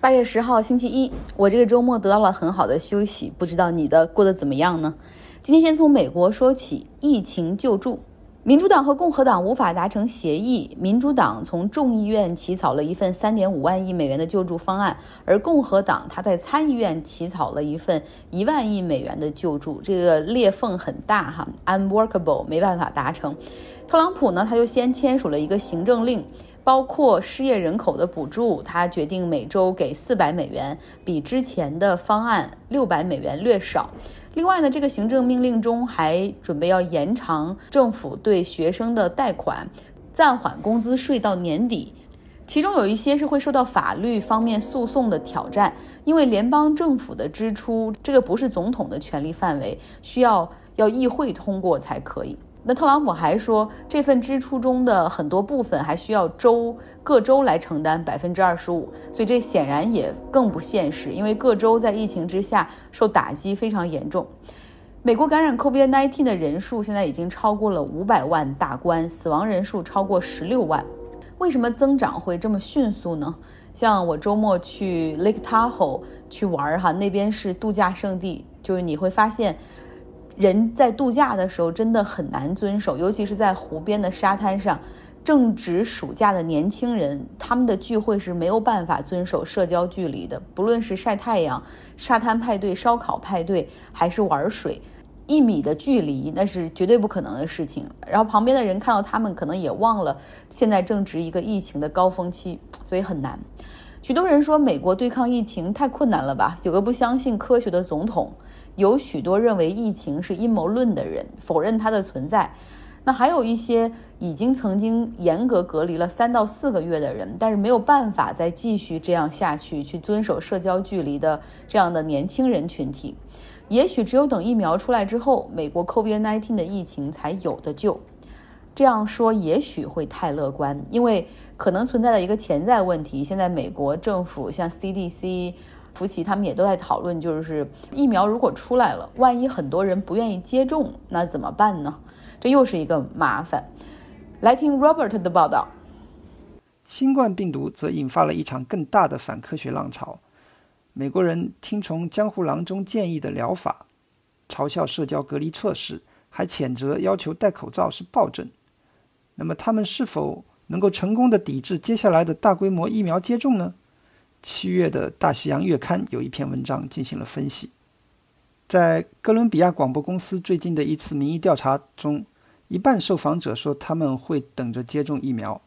8月10号星期一，我这个周末得到了很好的休息，不知道你的过得怎么样呢？今天先从美国说起，疫情救助。民主党和共和党无法达成协议，民主党从众议院起草了一份3.5万亿美元的救助方案，而共和党他在参议院起草了一份1万亿美元的救助，这个裂缝很大哈 ，unworkable 没办法达成。特朗普呢，他就先签署了一个行政令，包括失业人口的补助，他决定每周给400美元，比之前的方案600美元略少。另外呢，这个行政命令中还准备要延长政府对学生的贷款，暂缓工资税到年底。其中有一些是会受到法律方面诉讼的挑战，因为联邦政府的支出，这个不是总统的权力范围，需要议会通过才可以。那特朗普还说，这份支出中的很多部分还需要各州来承担25%，所以这显然也更不现实，因为各州在疫情之下受打击非常严重。美国感染 COVID-19 的人数现在已经超过了500万大关，死亡人数超过16万。为什么增长会这么迅速呢？像我周末去 Lake Tahoe 去玩哈，那边是度假胜地，就是你会发现人在度假的时候真的很难遵守，尤其是在湖边的沙滩上，正值暑假的年轻人，他们的聚会是没有办法遵守社交距离的，不论是晒太阳、沙滩派对、烧烤派对，还是玩水，1米的距离那是绝对不可能的事情。然后旁边的人看到他们可能也忘了现在正值一个疫情的高峰期，所以很难。许多人说美国对抗疫情太困难了吧，有个不相信科学的总统，有许多认为疫情是阴谋论的人，否认它的存在。那还有一些曾经严格隔离了3到4个月的人，但是没有办法再继续这样下去，去遵守社交距离的这样的年轻人群体。也许只有等疫苗出来之后，美国 COVID-19 的疫情才有的救。这样说也许会太乐观，因为可能存在的一个潜在问题，现在美国政府像 CDC、福奇他们也都在讨论，就是疫苗如果出来了，万一很多人不愿意接种，那怎么办呢？这又是一个麻烦。来听 Robert 的报道。 新冠病毒则引发了一场更大的反科学浪潮。美国人听从江湖郎中建议的疗法，嘲笑社交隔离措施，还谴责要求戴口罩是暴政。那么他们是否能够成功地抵制接下来的大规模疫苗接种呢？7月的大西洋月刊有一篇文章进行了分析。在哥伦比亚广播公司最近的一次民意调查中，一半受访者说他们会等着接种疫苗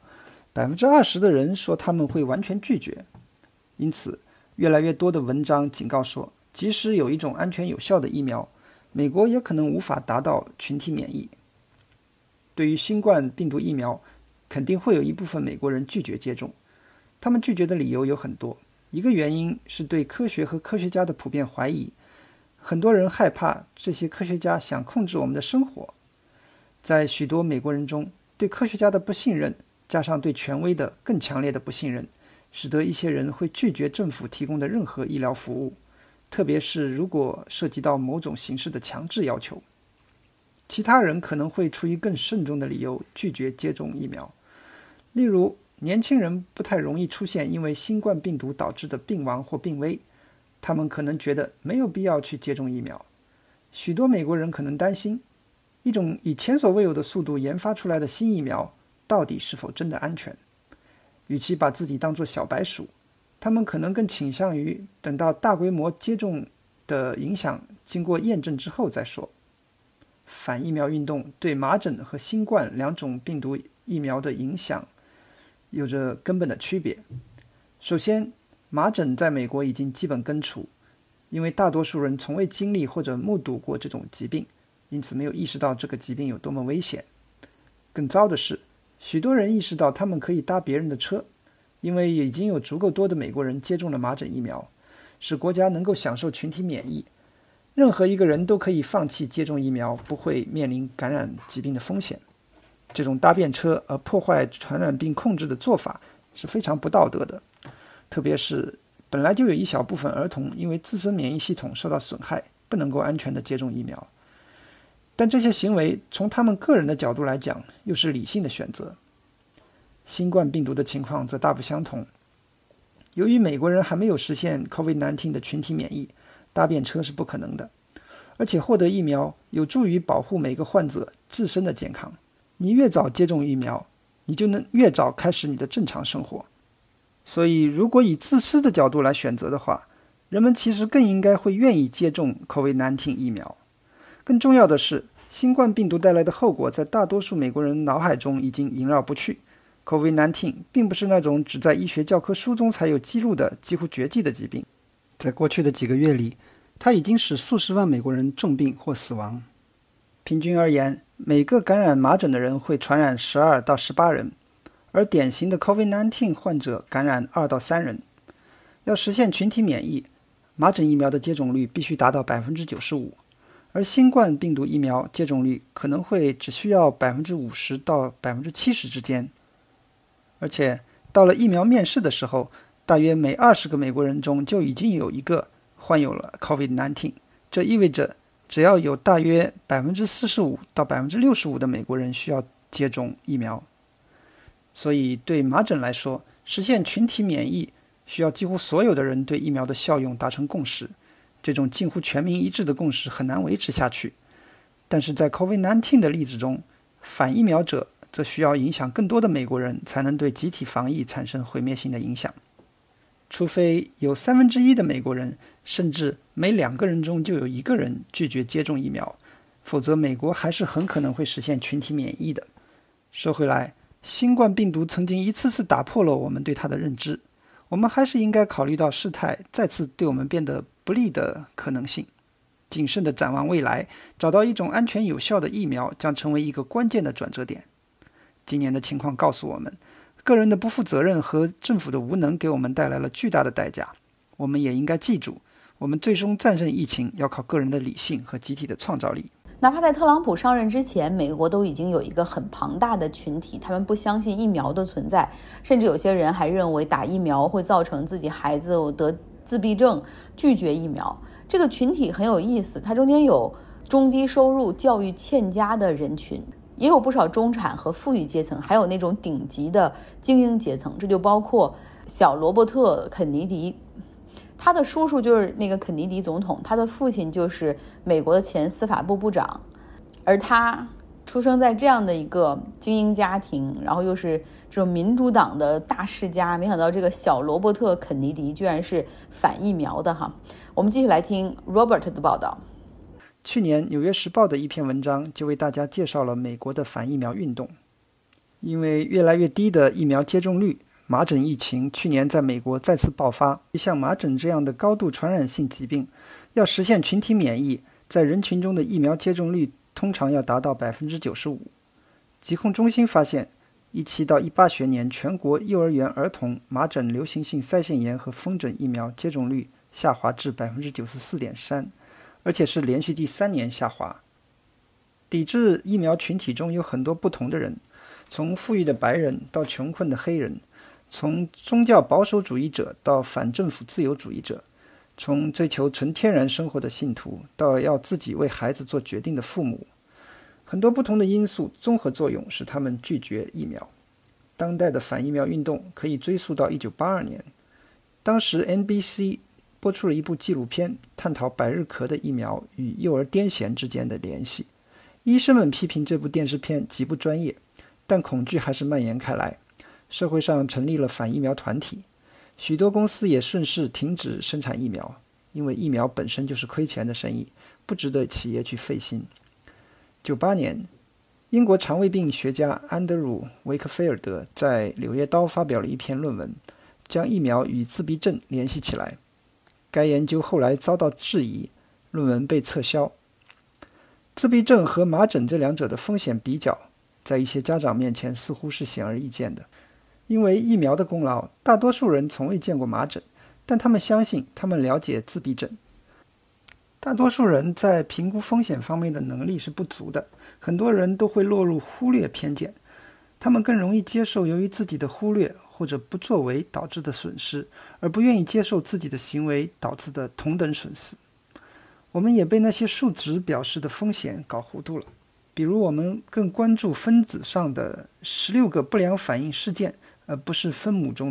，20%的人说他们会完全拒绝。因此越来越多的文章警告说，即使有一种安全有效的疫苗，美国也可能无法达到群体免疫。对于新冠病毒疫苗，肯定会有一部分美国人拒绝接种。他们拒绝的理由有很多，一个原因是对科学和科学家的普遍怀疑。很多人害怕这些科学家想控制我们的生活。在许多美国人中，对科学家的不信任加上对权威的更强烈的不信任，使得一些人会拒绝政府提供的任何医疗服务，特别是如果涉及到某种形式的强制要求。其他人可能会出于更慎重的理由拒绝接种疫苗，例如年轻人不太容易出现因为新冠病毒导致的病亡或病危，他们可能觉得没有必要去接种疫苗。许多美国人可能担心，一种以前所未有的速度研发出来的新疫苗到底是否真的安全。与其把自己当作小白鼠，他们可能更倾向于等到大规模接种的影响经过验证之后再说。反疫苗运动对麻疹和新冠2种病毒疫苗的影响有着根本的区别。首先，麻疹在美国已经基本根除，因为大多数人从未经历或者目睹过这种疾病，因此没有意识到这个疾病有多么危险。更糟的是，许多人意识到他们可以搭别人的车，因为已经有足够多的美国人接种了麻疹疫苗，使国家能够享受群体免疫。任何一个人都可以放弃接种疫苗，不会面临感染疾病的风险。这种搭便车而破坏传染病控制的做法是非常不道德的，特别是本来就有一小部分儿童因为自身免疫系统受到损害，不能够安全地接种疫苗。但这些行为从他们个人的角度来讲，又是理性的选择。新冠病毒的情况则大不相同。 由于美国人还没有实现 COVID-19 的群体免疫，搭便车是不可能的。而且获得疫苗有助于保护每个患者自身的健康。你越早接种疫苗，你就能越早开始你的正常生活。所以如果以自私的角度来选择的话，人们其实更应该会愿意接种 COVID-19 疫苗。更重要的是，新冠病毒带来的后果在大多数美国人脑海中已经萦绕不去。COVID-19 并不是那种只在医学教科书中才有记录的几乎绝迹的疾病。在过去的几个月里，它已经使数十万美国人重病或死亡。平均而言，每个感染麻疹的人会传染12到18人，而典型的 COVID-19 患者感染2到3人。要实现群体免疫，麻疹疫苗的接种率必须达到 95%， 而新冠病毒疫苗接种率可能会只需要 50% 到 70% 之间。而且到了疫苗面世的时候，大约每20个美国人中就已经有一个患有了 COVID-19， 这意味着只要有大约 45% 到 65% 的美国人需要接种疫苗。所以对麻疹来说，实现群体免疫需要几乎所有的人对疫苗的效用达成共识。这种近乎全民一致的共识很难维持下去。但是在 COVID-19 的例子中，反疫苗者则需要影响更多的美国人才能对集体防疫产生毁灭性的影响。除非有1/3的美国人，甚至每2个人中就有1个人拒绝接种疫苗，否则美国还是很可能会实现群体免疫的。说回来，新冠病毒曾经一次次打破了我们对它的认知，我们还是应该考虑到事态再次对我们变得不利的可能性。谨慎地展望未来，找到一种安全有效的疫苗将成为一个关键的转折点。今年的情况告诉我们，个人的不负责任和政府的无能给我们带来了巨大的代价。我们也应该记住，我们最终战胜疫情要靠个人的理性和集体的创造力。 哪怕在特朗普上任之前，美国都已经有一个很庞大的群体，他们不相信疫苗的存在，甚至有些人还认为打疫苗会造成自己孩子得自闭症，拒绝疫苗。这个群体很有意思，它中间有中低收入、教育欠佳的人群，也有不少中产和富裕阶层，还有那种顶级的精英阶层，这就包括小罗伯特·肯尼迪。他的叔叔就是那个肯尼迪总统，他的父亲就是美国的前司法部部长，而他出生在这样的一个精英家庭，然后又是这种民主党的大世家，没想到这个小罗伯特·肯尼迪居然是反疫苗的哈。我们继续来听 Robert 的报道。 去年《纽约时报》的一篇文章就为大家介绍了美国的反疫苗运动。因为越来越低的疫苗接种率，麻疹疫情去年在美国再次爆发。像麻疹这样的高度传染性疾病，要实现群体免疫，在人群中的疫苗接种率通常要达到 95%。疾控中心发现，17到18学年全国幼儿园儿童麻疹流行性腮腺炎和风疹疫苗接种率下滑至 94.3%， 而且是连续第3年下滑。抵制疫苗群体中有很多不同的人，从富裕的白人到穷困的黑人，从宗教保守主义者到反政府自由主义者，从追求纯天然生活的信徒到要自己为孩子做决定的父母。很多不同的因素综合作用使他们拒绝疫苗。当代的反疫苗运动可以追溯到1982年，当时 NBC 播出了一部纪录片，探讨百日咳的疫苗与幼儿癫痫之间的联系。医生们批评这部电视片极不专业，但恐惧还是蔓延开来。社会上成立了反疫苗团体，许多公司也顺势停止生产疫苗，因为疫苗本身就是亏钱的生意，不值得企业去费心。98年，英国肠胃病学家安德鲁·维克菲尔德在《柳叶刀》发表了一篇论文，将疫苗与自闭症联系起来。该研究后来遭到质疑，论文被撤销。自闭症和麻疹这两者的风险比较，在一些家长面前似乎是显而易见的。因为疫苗的功劳，大多数人从未见过麻疹，但他们相信他们了解自闭症。大多数人在评估风险方面的能力是不足的，很多人都会落入忽略偏见，他们更容易接受由于自己的忽略或者不作为导致的损失，而不愿意接受自己的行为导致的同等损失。我们也被那些数值表示的风险搞糊涂了，比如我们更关注分子上的16个不良反应事件，而不是分母中的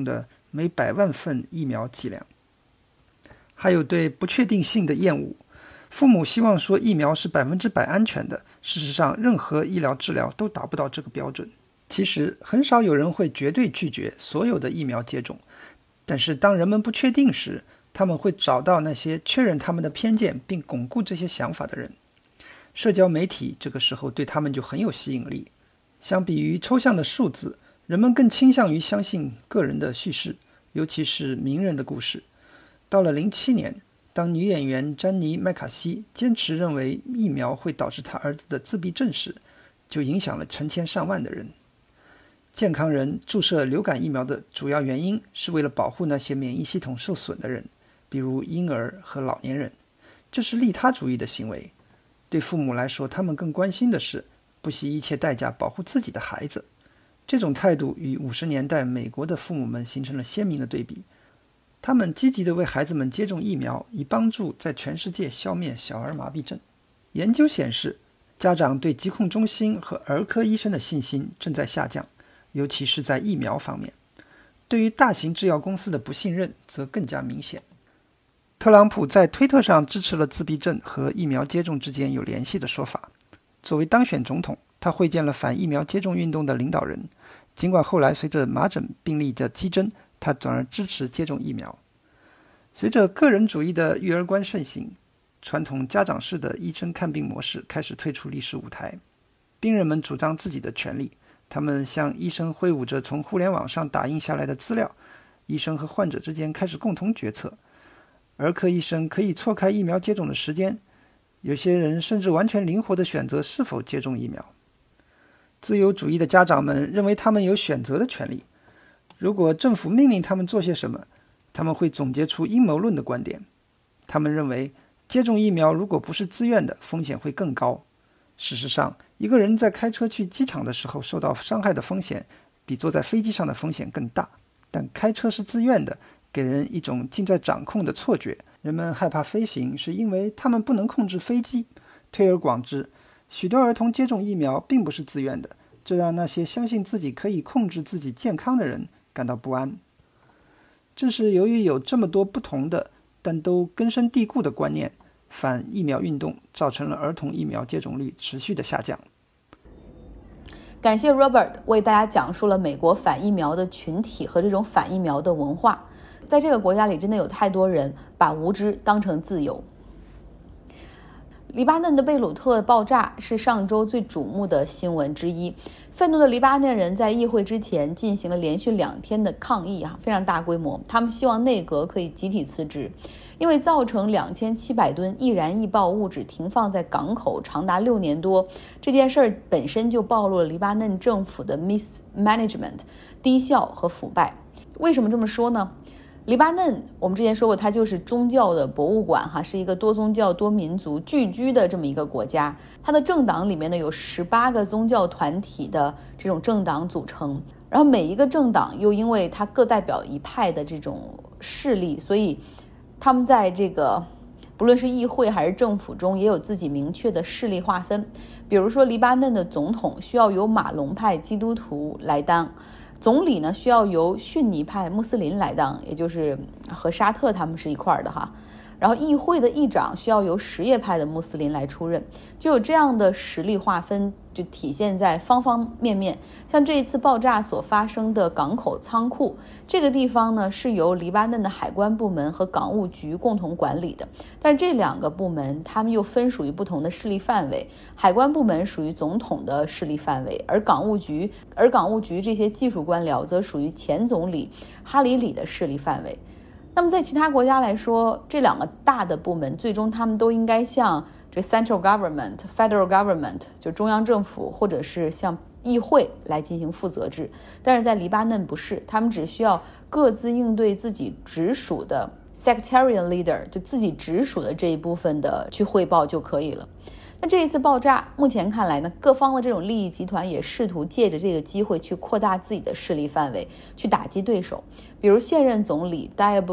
每100万份疫苗剂量。还有对不确定性的厌恶，父母希望说疫苗是100%安全的，事实上任何医疗治疗都达不到这个标准。其实很少有人会绝对拒绝所有的疫苗接种，但是当人们不确定时，他们会找到那些确认他们的偏见并巩固这些想法的人。社交媒体这个时候对他们就很有吸引力。相比于抽象的数字，人们更倾向于相信个人的叙事，尤其是名人的故事。到了2007年，当女演员詹妮·麦卡锡坚持认为疫苗会导致她儿子的自闭症时，就影响了成千上万的人。健康人注射流感疫苗的主要原因是为了保护那些免疫系统受损的人，比如婴儿和老年人。这是利他主义的行为。对父母来说，他们更关心的是不惜一切代价保护自己的孩子。这种态度与50年代美国的父母们形成了鲜明的对比。他们积极地为孩子们接种疫苗，以帮助在全世界消灭小儿麻痹症。研究显示，家长对疾控中心和儿科医生的信心正在下降，尤其是在疫苗方面。对于大型制药公司的不信任则更加明显。特朗普在推特上支持了自闭症和疫苗接种之间有联系的说法。作为当选总统，他会见了反疫苗接种运动的领导人，尽管后来随着麻疹病例的激增，他转而支持接种疫苗。随着个人主义的育儿观盛行，传统家长式的医生看病模式开始退出历史舞台。病人们主张自己的权利，他们向医生挥舞着从互联网上打印下来的资料，医生和患者之间开始共同决策。儿科医生可以错开疫苗接种的时间，有些人甚至完全灵活地选择是否接种疫苗。自由主义的家长们认为他们有选择的权利。如果政府命令他们做些什么，他们会总结出阴谋论的观点。他们认为接种疫苗如果不是自愿的，风险会更高。事实上，一个人在开车去机场的时候受到伤害的风险比坐在飞机上的风险更大。但开车是自愿的，给人一种尽在掌控的错觉。人们害怕飞行是因为他们不能控制飞机。推而广之，许多儿童接种疫苗并不是自愿的，这让那些相信自己可以控制自己健康的人感到不安。正是由于有这么多不同的但都根深蒂固的观念，反疫苗运动造成了儿童疫苗接种率持续的下降。 感谢 Robert 为大家讲述了美国反疫苗的群体和这种反疫苗的文化。在这个国家里，真的有太多人把无知当成自由。黎巴嫩的贝鲁特爆炸是上周最瞩目的新闻之一。愤怒的黎巴嫩人在议会之前进行了连续2天的抗议，非常大规模。他们希望内阁可以集体辞职，因为造成2700吨易燃易爆物质停放在港口长达6年多，这件事本身就暴露了黎巴嫩政府的 mismanagement 低效和腐败。为什么这么说呢？黎巴嫩我们之前说过，它就是宗教的博物馆，是一个多宗教多民族聚居的这么一个国家。它的政党里面呢有18个宗教团体的这种政党组成，然后每一个政党又因为它各代表一派的这种势力，所以他们在这个不论是议会还是政府中也有自己明确的势力划分。比如说黎巴嫩的总统需要由马龙派基督徒来当，总理呢需要由逊尼派穆斯林来当，也就是和沙特他们是一块的哈。然后议会的议长需要由什叶派的穆斯林来出任，就有这样的实力划分，就体现在方方面面。像这一次爆炸所发生的港口仓库，这个地方呢是由黎巴嫩的海关部门和港务局共同管理的，但是这2个部门他们又分属于不同的势力范围。海关部门属于总统的势力范围，而港务局这些技术官僚则属于前总理哈里里的势力范围。那么在其他国家来说，这2个大的部门最终他们都应该向这 central government、federal government 就中央政府或者是向议会来进行负责制，但是在黎巴嫩不是，他们只需要各自应对自己直属的 sectarian leader， 就自己直属的这一部分的去汇报就可以了。那这一次爆炸，目前看来呢，各方的这种利益集团也试图借着这个机会去扩大自己的势力范围，去打击对手。比如现任总理 Diab，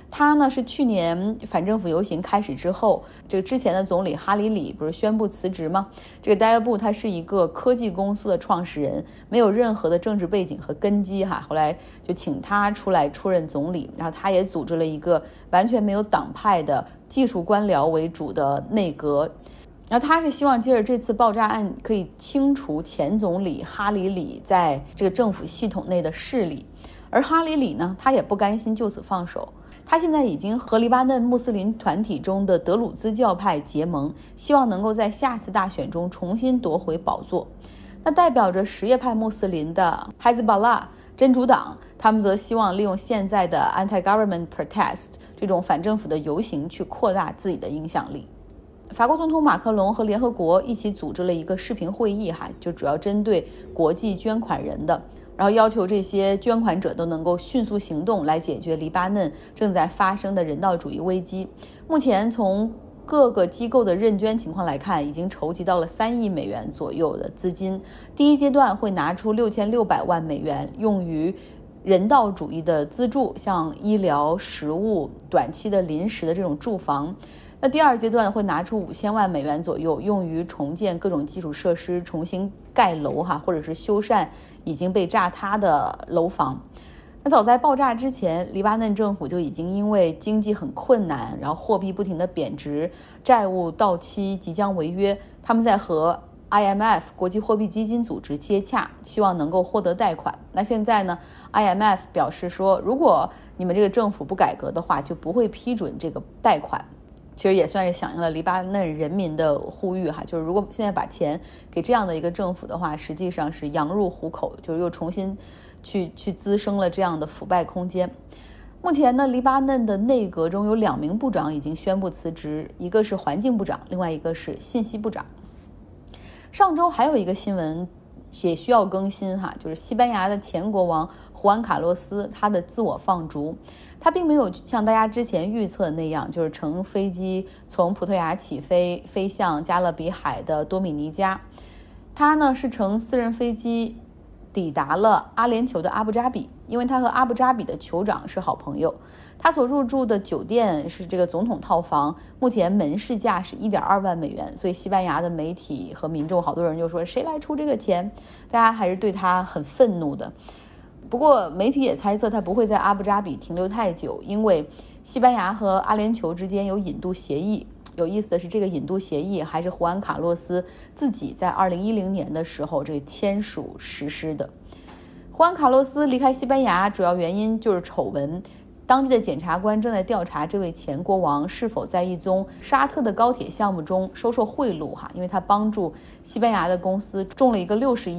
他呢是去年反政府游行开始之后，这个之前的总理哈里里不是宣布辞职吗？这个戴尔布他是一个科技公司的创始人，没有任何的政治背景和根基哈，后来就请他出来出任总理，然后他也组织了一个完全没有党派的技术官僚为主的内阁。然后他是希望借着这次爆炸案可以清除前总理哈里里在这个政府系统内的势力，而哈里里呢，他也不甘心就此放手，他现在已经和黎巴嫩穆斯林团体中的德鲁兹教派结盟，希望能够在下次大选中重新夺回宝座。那代表着什叶派穆斯林的海兹巴拉真主党，他们则希望利用现在的 anti-government protest 这种反政府的游行去扩大自己的影响力。法国总统马克龙和联合国一起组织了一个视频会议就主要针对国际捐款人的，然后要求这些捐款者都能够迅速行动来解决黎巴嫩正在发生的人道主义危机。目前从各个机构的认捐情况来看，已经筹集到了3亿美元左右的资金。第一阶段会拿出6600万美元用于人道主义的资助，像医疗、食物、短期的临时的这种住房。那第二阶段会拿出5000万美元左右，用于重建各种基础设施，重新盖楼或者是修缮已经被炸塌的楼房。那早在爆炸之前，黎巴嫩政府就已经因为经济很困难，然后货币不停的贬值，债务到期即将违约，他们在和 IMF 国际货币基金组织接洽，希望能够获得贷款。那现在呢 IMF 表示说，如果你们这个政府不改革的话，就不会批准这个贷款。其实也算是响应了黎巴嫩人民的呼吁就是如果现在把钱给这样的一个政府的话，实际上是羊入虎口，就是又重新去滋生了这样的腐败空间。目前呢，黎巴嫩的内阁中有2名部长已经宣布辞职，一个是环境部长，另外一个是信息部长。上周还有一个新闻也需要更新就是西班牙的前国王胡安卡洛斯他的自我放逐。他并没有像大家之前预测的那样，就是乘飞机从葡萄牙起飞，飞向加勒比海的多米尼加。他呢是乘私人飞机抵达了阿联酋的阿布扎比，因为他和阿布扎比的酋长是好朋友。他所入住的酒店是这个总统套房，目前门市价是1.2万美元，所以西班牙的媒体和民众好多人就说谁来出这个钱，大家还是对他很愤怒的。不过媒体也猜测他不会在阿布扎比停留太久，因为西班牙和阿联酋之间有引渡协议。有意思的是，这个引渡协议还是胡安卡洛斯自己在2010年的时候签署实施的。胡安卡洛斯离开西班牙主要原因就是丑闻，当地的检察官正在调查这位前国王是否在一宗沙特的高铁项目中收受贿赂因为他帮助西班牙的公司中了一个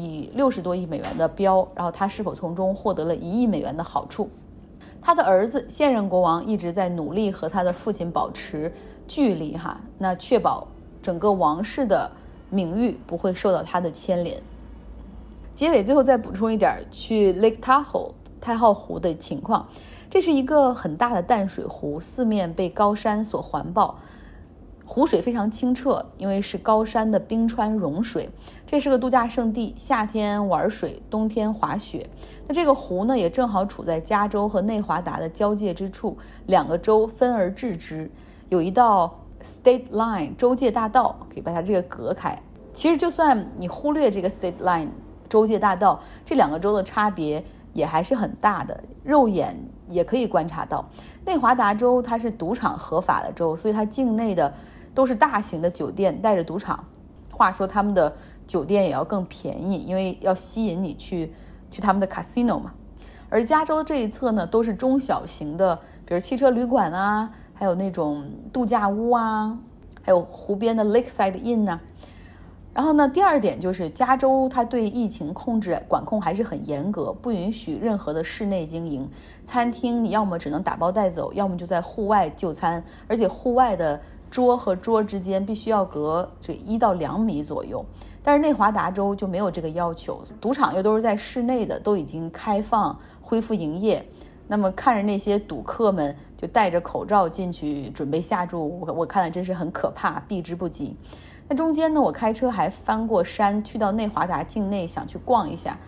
60多亿美元的标，然后他是否从中获得了1亿美元的好处。他的儿子现任国王一直在努力和他的父亲保持距离那确保整个王室的名誉不会受到他的牵连。结尾最后再补充一点去 Lake Tahoe 太浩湖的情况。这是一个很大的淡水湖，四面被高山所环抱，湖水非常清澈，因为是高山的冰川融水。这是个度假胜地，夏天玩水，冬天滑雪。那这个湖呢，也正好处在加州和内华达的交界之处，2个州分而治之，有一道 state line 州界大道可以把它这个隔开。其实就算你忽略这个 state line 州界大道，这2个州的差别也还是很大的，肉眼也可以观察到。内华达州它是赌场合法的州，所以它境内的都是大型的酒店带着赌场。话说他们的酒店也要更便宜，因为要吸引你去他们的 casino 嘛。而加州这一侧呢，都是中小型的，比如汽车旅馆还有那种度假屋还有湖边的 Lakeside Inn 然后呢，第二点就是加州它对疫情管控还是很严格，不允许任何的室内经营。餐厅你要么只能打包带走，要么就在户外就餐，而且户外的桌和桌之间必须要隔1到2米左右。但是内华达州就没有这个要求，赌场又都是在室内的，都已经开放恢复营业。那么看着那些赌客们就戴着口罩进去准备下注，我看了真是很可怕，避之不及。那中间呢，我开车还翻过山去到内华达境内想去逛一下，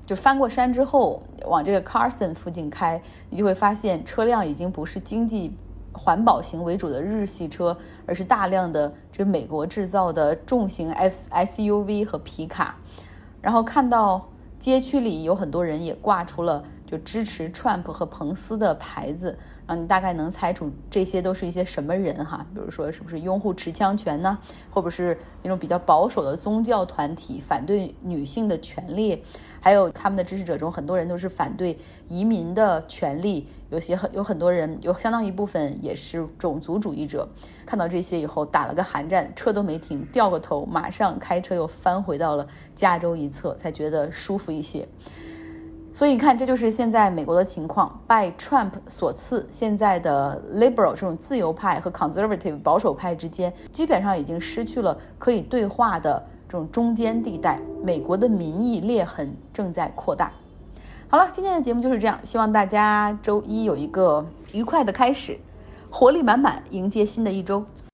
就翻过山之后往这个 Carson 附近开，你就会发现车辆已经不是经济环保型为主的日系车，而是大量的这美国制造的重型 SUV 和皮卡。然后看到街区里有很多人也挂出了就支持 Trump 和彭斯的牌子，然后你大概能猜出这些都是一些什么人哈，比如说是不是拥护持枪权呢，或者是那种比较保守的宗教团体反对女性的权利，还有他们的支持者中很多人都是反对移民的权利，有很多人有相当一部分也是种族主义者。看到这些以后打了个寒战，车都没停，掉个头马上开车又翻回到了加州一侧，才觉得舒服一些。所以你看，这就是现在美国的情况。拜 Trump 所赐，现在的 liberal 这种自由派和 conservative 保守派之间基本上已经失去了可以对话的这种中间地带，美国的民意裂痕正在扩大。好了，今天的节目就是这样，希望大家周一有一个愉快的开始，活力满满迎接新的一周。